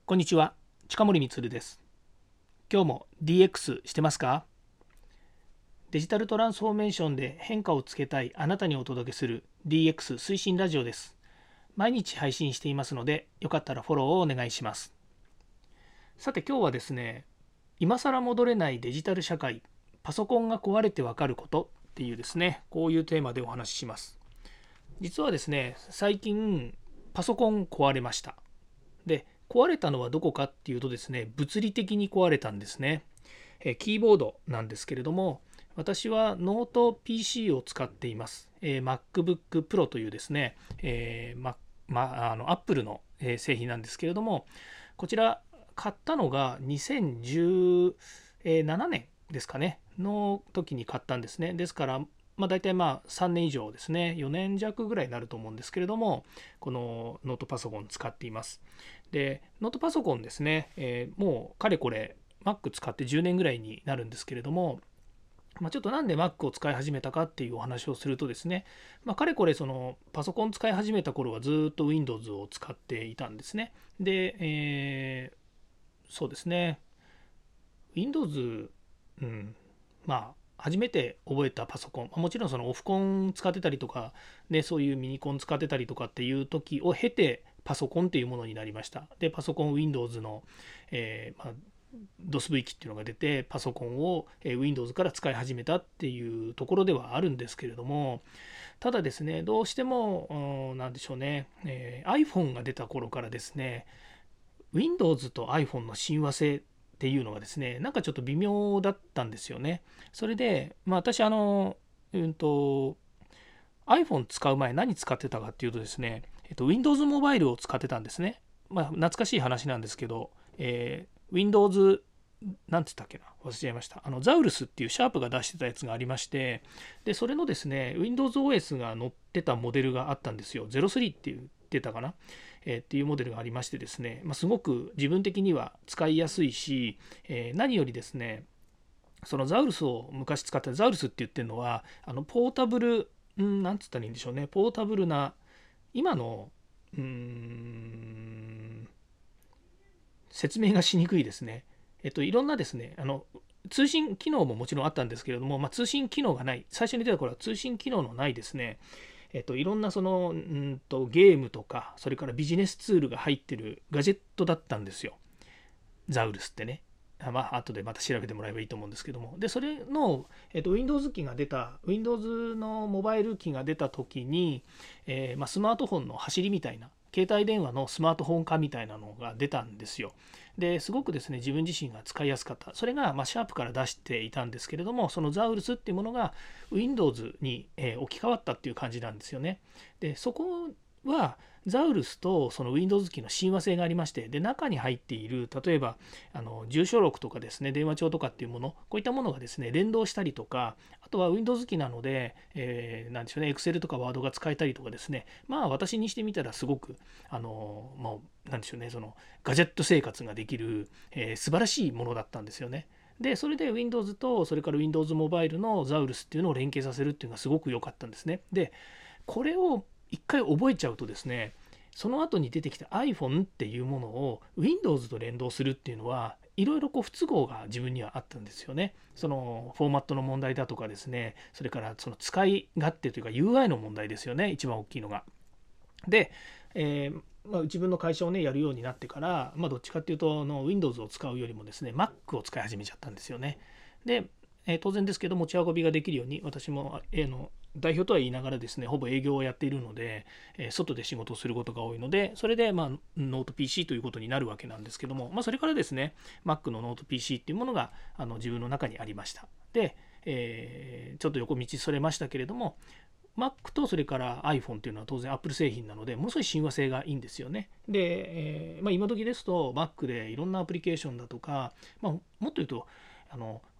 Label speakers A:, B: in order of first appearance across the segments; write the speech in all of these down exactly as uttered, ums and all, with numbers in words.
A: こんにちは、近森光です。今日も ディーエックス してますか？デジタルトランスフォーメーションで変化をつけたいあなたにお届けする ディーエックス 推進ラジオです。毎日配信していますので、よかったらフォローをお願いします。さて今日はですね、今更戻れないデジタル社会、パソコンが壊れてわかることっていうですね、こういうテーマでお話しします。実はですね、最近パソコン壊れました。で、壊れたのはどこかっていうとですね、物理的に壊れたんですね。えキーボードなんですけれども、私はノート ピーシー を使っています。えー MacBook Pro というですね、えーまま、あの Apple のえー製品なんですけれども、こちら買ったのがにせんじゅうななねんですかね、の時に買ったんですね。ですから、まあ、大体まあさんねん以上ですね、よねん弱ぐらいになると思うんですけれども、このノートパソコン使っています。で、ノートパソコンですね、えーもうかれこれ Mac 使ってじゅうねんぐらいになるんですけれども、まあ、ちょっとなんで Mac を使い始めたかっていうお話をするとですね、まあ、かれこれそのパソコン使い始めた頃はずっと Windows を使っていたんですね。で、えーそうですね、Windows、うん、まあ、初めて覚えたパソコン、もちろんそのオフコン使ってたりとか、ね、そういうミニコン使ってたりとかっていう時を経て、パソコンっていうものになりました。で、パソコン Windows の、えーまあ、ドス ブイ 機っていうのが出て、パソコンを Windows から使い始めたっていうところではあるんですけれども、ただですね、どうしても、うん、なんでしょうね、えー iPhone が出た頃からですね、Windows と iPhone の親和性っていうのがですね、なんかちょっと微妙だったんですよね。それで、まあ、私、あの、うんと、iPhone 使う前何使ってたかっていうとですね、えっと、Windows モバイルを使ってたんですね。まあ、懐かしい話なんですけど、えー Windows、なんて言ったっけな、忘れちゃいました。あの、ザウルスっていうシャープが出してたやつがありまして、で、それのですね、WindowsOS が載ってたモデルがあったんですよ。ゼロスリーって言ってたかな。えーっていうモデルがありましてですね、まあ、すごく自分的には使いやすいし、えー何よりですね、そのザウルスを昔使ったザウルスって言ってるのは、あのポータブル、んなんつったらいいんでしょうね、ポータブルな、今の、うーん、説明がしにくいですね。えっと、いろんなですね、あの、通信機能ももちろんあったんですけれども、まあ、通信機能がない、最初に出た頃は通信機能のないですね、えっと、いろんなその、んとゲームとか、それからビジネスツールが入ってるガジェットだったんですよ。ザウルスってね。まあ、後でまた調べてもらえばいいと思うんですけども。で、それの、えっと、Windows 機が出た、Windows のモバイル機が出た時に、えーまあ、スマートフォンの走りみたいな、携帯電話のスマートフォン化みたいなのが出たんですよ。で、すごくですね、自分自身が使いやすかった。それが、まあ、シャープから出していたんですけれども、そのザウルスっていうものが Windows に、えー置き換わったっていう感じなんですよね。で、そこは、ザウルスとその Windows 機の親和性がありまして、で、中に入っている、例えば、あの住所録とかですね、電話帳とかっていうもの、こういったものがですね、連動したりとか、あとは Windows 機なので、えー、なんでしょうね、Excel とか Word が使えたりとかですね、まあ私にしてみたらすごく、あの、もう、なんでしょうね、そのガジェット生活ができる、えー素晴らしいものだったんですよね。で、それで Windows と、それから Windows モバイルのザウルスっていうのを連携させるっていうのがすごく良かったんですね。で、これを一回覚えちゃうとですね、その後に出てきた iPhone っていうものを Windows と連動するっていうのはいろいろこう不都合が自分にはあったんですよね。そのフォーマットの問題だとかですね、それからその使い勝手というか ユーアイ の問題ですよね、一番大きいのが。で、えーまあ、自分の会社をねやるようになってから、まあ、どっちかっていうとあの Windows を使うよりもですね Mac を使い始めちゃったんですよね。で、えー当然ですけど持ち運びができるように私も、えーの代表とは言いながらですねほぼ営業をやっているので、えー外で仕事をすることが多いので、それで、まあ、ノート ピーシー ということになるわけなんですけども、まあ、それからですね Mac のノート ピーシー っていうものがあの自分の中にありました。で、えーちょっと横道それましたけれども、Mac とそれから iPhone っていうのは当然 Apple 製品なので、ものすごい親和性がいいんですよね。で、えーまあ、今時ですと Mac でいろんなアプリケーションだとか、まあ、もっと言うとあの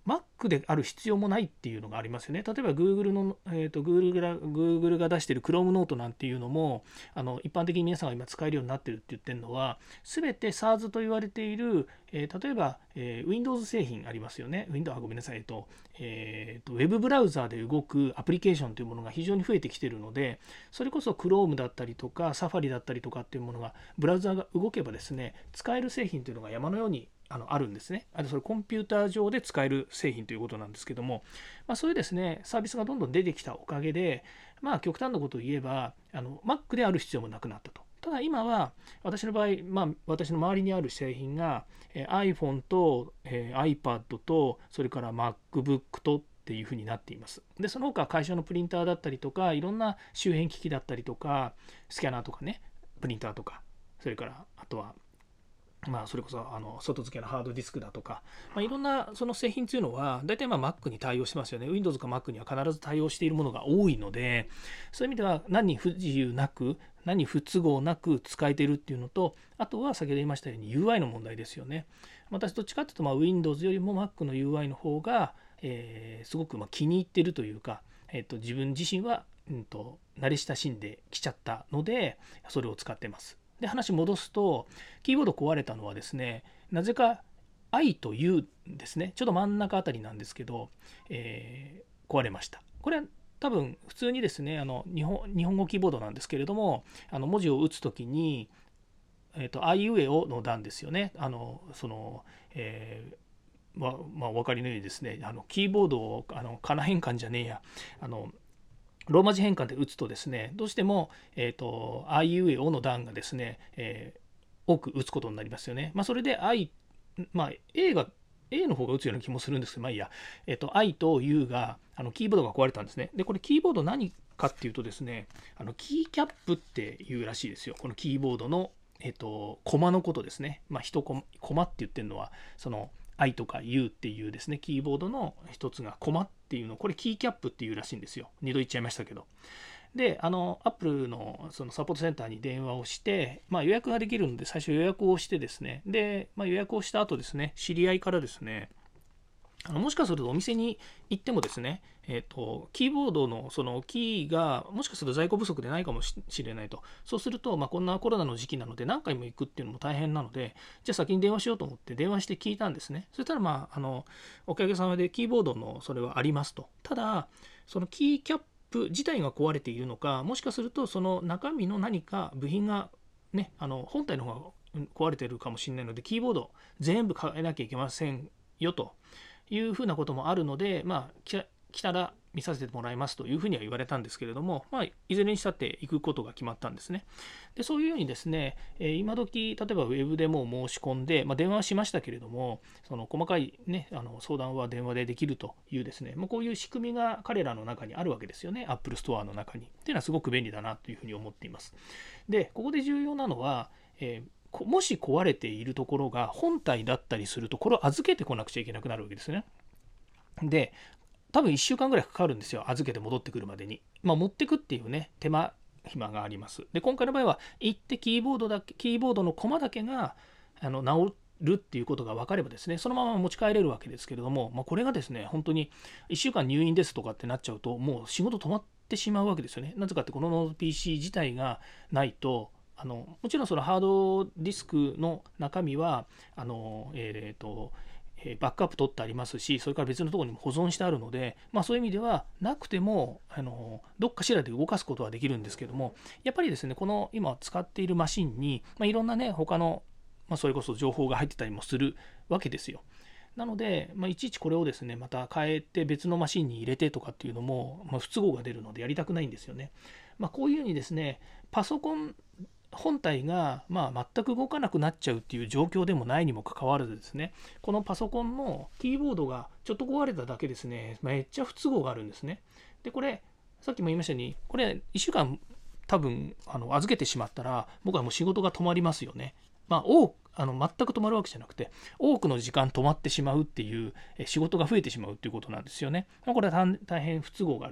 A: Mac である必要もないっていうのがありますよね。例えば Google の、えーと、Google が、Google が出している Chrome ノートなんていうのも、あの一般的に皆さんが今使えるようになってるって言ってるのは、全て SaaS と言われている、えー、例えば、えー、Windows 製品ありますよね。Windows、あ、ごめんなさい、えっと、えーと、ウェブブラウザーで動くアプリケーションというものが非常に増えてきているので、それこそ Chrome だったりとか Safari だったりとかっていうものが、ブラウザーが動けばですね、使える製品というのが山のようにあのあるんですね。あとそれコンピューター上で使える製品ということなんですけども、まあ、そういうですねサービスがどんどん出てきたおかげで、まあ極端なことを言えばあの Mac である必要もなくなったと。ただ今は私の場合、まあ、私の周りにある製品が、えー、iPhone と、えー、iPad とそれから MacBook とっていうふうになっています。でその他会社のプリンターだったりとかいろんな周辺機器だったりとかスキャナーとかねプリンターとかそれからあとはまあ、それこそあの外付けのハードディスクだとか、まあ、いろんなその製品というのは大体まあ Mac に対応してますよね。Windows か Mac には必ず対応しているものが多いので、そういう意味では何不自由なく何不都合なく使えているっていうのと、あとは先ほど言いましたように ユーアイ の問題ですよね。私どっちかというとまあ Windows よりも Mac の ユーアイ の方が、えー、すごくまあ気に入っているというか、えー、と自分自身は、うん、と慣れ親しんできちゃったのでそれを使ってます。で話戻すとキーボード壊れたのはですねなぜか I と U ですねちょっと真ん中あたりなんですけど、えー、壊れました。これは多分普通にですねあの日本日本語キーボードなんですけれどもあの文字を打つときに、えー、とあいうえおの段ですよね。あのその、えーまあ、まあお分かりのようにですねあのキーボードをあのかな変換じゃねえやあのローマ字変換で打つとですねどうしても、えーと、あいうえおの段がですね、えー、多く打つことになりますよね。まあ、それで I、まあ、A が A の方が打つような気もするんですけど、まあいいや、えーと、I と U があのキーボードが壊れたんですね。で、これキーボード何かっていうとですね、あのキーキャップっていうらしいですよ。このキーボードの、えーと、コマのことですね。まあ、一コマ、コマって言ってるのは、その I とか U っていうですね、キーボードの一つがコマっていうの、これキーキャップっていうらしいんですよ。二度言っちゃいましたけど。で、あの、Apple のそのサポートセンターに電話をして、まあ、予約ができるので、最初予約をしてですね、で、まあ、予約をした後ですね、知り合いからですね、あのもしかするとお店に行ってもですね、えーと、キーボードのそのキーがもしかすると在庫不足でないかもしれないと。そうすると、まあ、こんなコロナの時期なので何回も行くっていうのも大変なので、じゃあ先に電話しようと思って電話して聞いたんですね。そしたら、まあ、あのおかげさまでキーボードのそれはありますと。ただ、そのキーキャップ自体が壊れているのか、もしかするとその中身の何か部品がね、あの本体の方が壊れているかもしれないので、キーボード全部変えなきゃいけませんよと。いうふうなこともあるので、まあ、来たら見させてもらいますというふうには言われたんですけれども、まあ、いずれにしたって行くことが決まったんですね。でそういうようにですね、今時例えばウェブでも申し込んで、まあ、電話はしましたけれども、その細かい、ね、あの相談は電話でできるというですね、まあ、こういう仕組みが彼らの中にあるわけですよね、Apple Store の中に。っていうのはすごく便利だなというふうに思っています。で、ここで重要なのは、えーもし壊れているところが本体だったりすると、これを預けてこなくちゃいけなくなるわけですね。で、多分いっしゅうかんぐらいかかるんですよ、預けて戻ってくるまでに。まあ、持ってくっていうね、手間暇があります。で、今回の場合は、行ってキーボードだけ、キーボードのコマだけがあの直るっていうことが分かればですね、そのまま持ち帰れるわけですけれども、まあ、これがですね、本当にいっしゅうかん入院ですとかってなっちゃうと、もう仕事止まってしまうわけですよね。なぜかって、このノート ピーシー 自体がないと、あのもちろんそのハードディスクの中身はあの、えーとえー、バックアップ取ってありますし、それから別のところにも保存してあるので、まあ、そういう意味ではなくてもあのどっかしらで動かすことはできるんですけども、やっぱりですねこの今使っているマシンに、まあ、いろんなね他の、まあ、それこそ情報が入ってたりもするわけですよ。なので、まあ、いちいちこれをですねまた変えて別のマシンに入れてとかっていうのも、まあ、不都合が出るのでやりたくないんですよね。まあ、こういうふうにですねパソコン本体がまあ全く動かなくなっちゃうっていう状況でもないにもかかわらずですね、このパソコンのキーボードがちょっと壊れただけですね、めっちゃ不都合があるんですね。で、これ、さっきも言いましたように、これいっしゅうかん多分あの預けてしまったら、僕はもう仕事が止まりますよね。まあ、多あの全く止まるわけじゃなくて、多くの時間止まってしまうっていう、仕事が増えてしまうっていうことなんですよね。これは大変不都合があると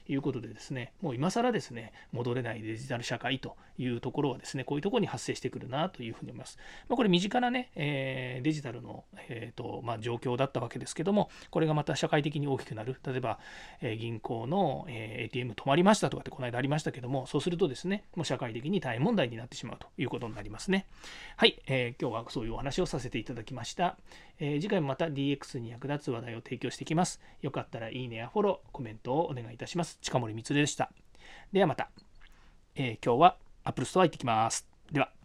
A: いうことでですね、もう今更ですね、戻れないデジタル社会というところはですね、こういうところに発生してくるなというふうに思います。まあ、これ身近なね、えーデジタルの、えーとまあ、状況だったわけですけども、これがまた社会的に大きくなる。例えば、えー銀行の、えーエーティーエム 止まりましたとかってこの間ありましたけども、そうするとですね、もう社会的に大変問題になってしまうということになりますね。はい、えー今日はそういうお話をさせていただきました。えー次回もまた ディーエックス に役立つ話題を提供していきます。よかったらいいねやフォロー、コメントをお願いいたします。近森光でした。ではまた、えー今日は Apple Store 行ってきます。では。